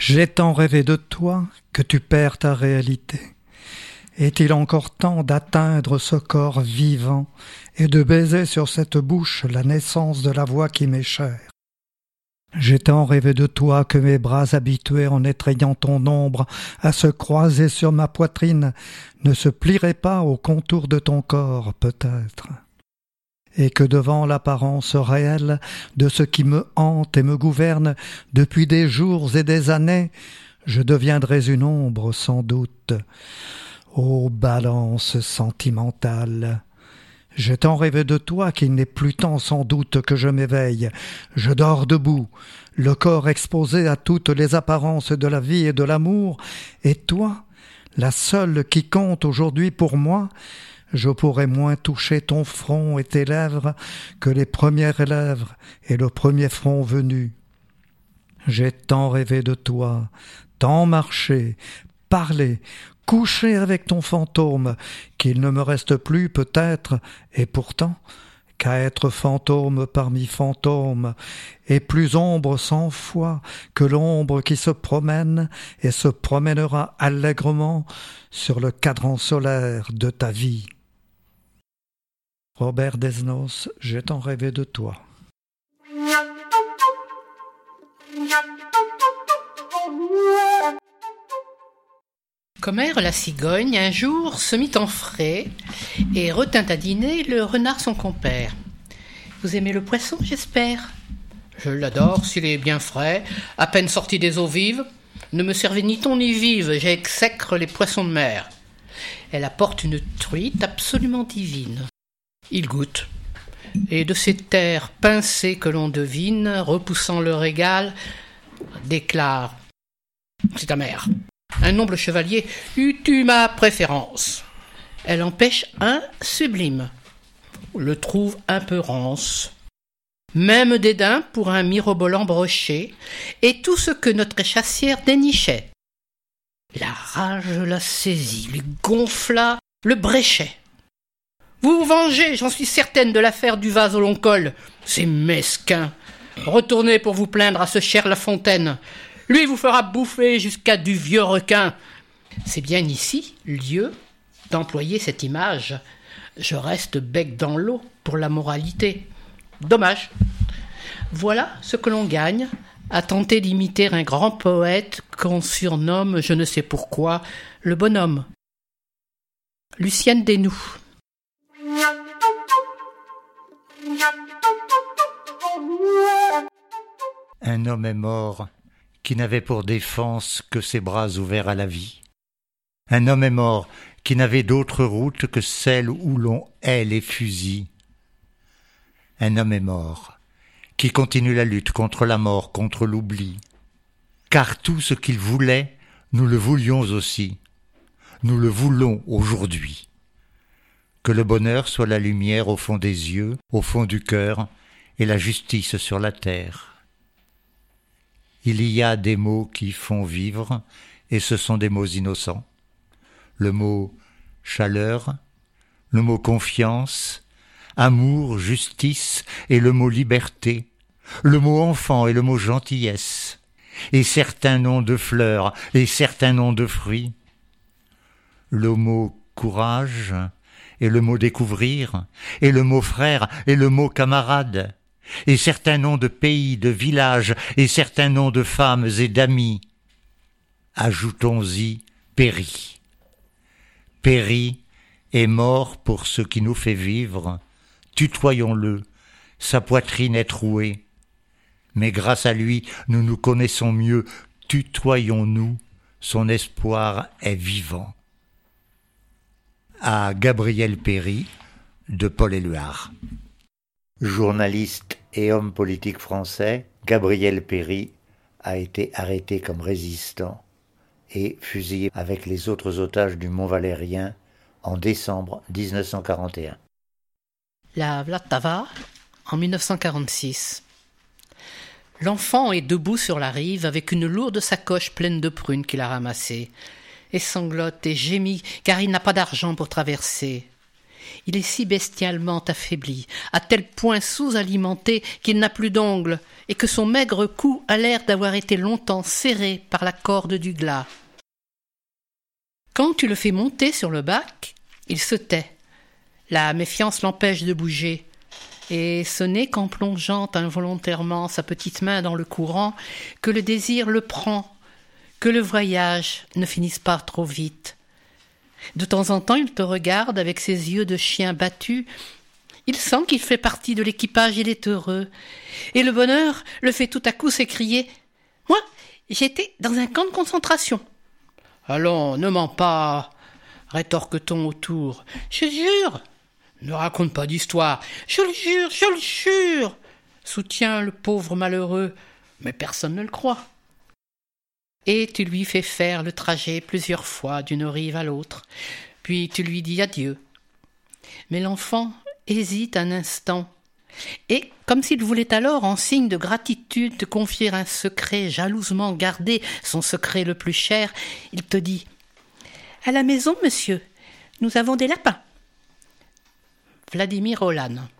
J'ai tant rêvé de toi que tu perds ta réalité. Est-il encore temps d'atteindre ce corps vivant et de baiser sur cette bouche la naissance de la voix qui m'est chère? J'ai tant rêvé de toi que mes bras habitués en étreignant ton ombre à se croiser sur ma poitrine ne se plieraient pas au contour de ton corps, peut-être. Et que devant l'apparence réelle de ce qui me hante et me gouverne depuis des jours et des années, je deviendrais une ombre sans doute. Ô balance sentimentale! J'ai tant rêvé de toi qu'il n'est plus temps sans doute que je m'éveille. Je dors debout, le corps exposé à toutes les apparences de la vie et de l'amour, et toi, la seule qui compte aujourd'hui pour moi, je pourrais moins toucher ton front et tes lèvres que les premières lèvres et le premier front venu. J'ai tant rêvé de toi, tant marché, parlé, couché avec ton fantôme, qu'il ne me reste plus peut-être, et pourtant, qu'à être fantôme parmi fantômes, et plus ombre 100 fois que l'ombre qui se promène et se promènera allègrement sur le cadran solaire de ta vie. Robert Desnos, j'ai tant rêvé de toi. Commère la cigogne, un jour, se mit en frais et retint à dîner le renard son compère. « Vous aimez le poisson, j'espère ?»« Je l'adore s'il est bien frais, à peine sorti des eaux vives. Ne me servez ni thon ni vive, j'exècre les poissons de mer. » Elle apporte une truite absolument divine. Il goûte, et de ces terres pincées que l'on devine, repoussant le régal, déclare « C'est amer. Un noble chevalier eût eu ma préférence. » Elle en pêche un sublime, le trouve un peu rance. Même dédain pour un mirobolant brochet, et tout ce que notre chassière dénichait. La rage la saisit, lui gonfla le bréchet. « Vous vous vengez, j'en suis certaine, de l'affaire du vase au long col. C'est mesquin. Retournez pour vous plaindre à ce cher La Fontaine. Lui vous fera bouffer jusqu'à du vieux requin. » C'est bien ici, lieu d'employer cette image. Je reste bec dans l'eau pour la moralité. Dommage. Voilà ce que l'on gagne à tenter d'imiter un grand poète qu'on surnomme, je ne sais pourquoi, le bonhomme. Lucienne Desnoux. Un homme est mort qui n'avait pour défense que ses bras ouverts à la vie. Un homme est mort qui n'avait d'autre route que celle où l'on hait les fusils. Un homme est mort qui continue la lutte contre la mort, contre l'oubli. Car tout ce qu'il voulait, nous le voulions aussi. Nous le voulons aujourd'hui. Que le bonheur soit la lumière au fond des yeux, au fond du cœur, et la justice sur la terre. Il y a des mots qui font vivre, et ce sont des mots innocents. Le mot chaleur, le mot confiance, amour, justice, et le mot liberté, le mot enfant et le mot gentillesse, et certains noms de fleurs, et certains noms de fruits. Le mot courage, et le mot découvrir, et le mot frère, et le mot camarade, et certains noms de pays, de villages, et certains noms de femmes et d'amis. Ajoutons-y Péri. Péri est mort pour ce qui nous fait vivre. Tutoyons-le, sa poitrine est trouée. Mais grâce à lui, nous nous connaissons mieux. Tutoyons-nous, son espoir est vivant. À Gabriel Péri, de Paul Éluard. Journaliste et homme politique français, Gabriel Péri a été arrêté comme résistant et fusillé avec les autres otages du Mont Valérien en décembre 1941. La Vltava, en 1946. L'enfant est debout sur la rive avec une lourde sacoche pleine de prunes qu'il a ramassées, et sanglote et gémit car il n'a pas d'argent pour traverser. Il est si bestialement affaibli, à tel point sous-alimenté qu'il n'a plus d'ongles et que son maigre cou a l'air d'avoir été longtemps serré par la corde du glas. Quand tu le fais monter sur le bac, il se tait. La méfiance l'empêche de bouger. Et ce n'est qu'en plongeant involontairement sa petite main dans le courant que le désir le prend, que le voyage ne finisse pas trop vite. De temps en temps, il te regarde avec ses yeux de chien battu. Il sent qu'il fait partie de l'équipage, il est heureux. Et le bonheur le fait tout à coup s'écrier « Moi, j'étais dans un camp de concentration. »« Allons, ne mens pas !» rétorque-t-on autour. « Je jure !»« Ne raconte pas d'histoire. »« Je le jure !» soutient le pauvre malheureux, mais personne ne le croit. Et tu lui fais faire le trajet plusieurs fois d'une rive à l'autre, puis tu lui dis adieu. Mais l'enfant hésite un instant, et, comme s'il voulait alors, en signe de gratitude, te confier un secret jalousement gardé, son secret le plus cher, il te dit « À la maison, monsieur, nous avons des lapins. » Vladimir Hollan.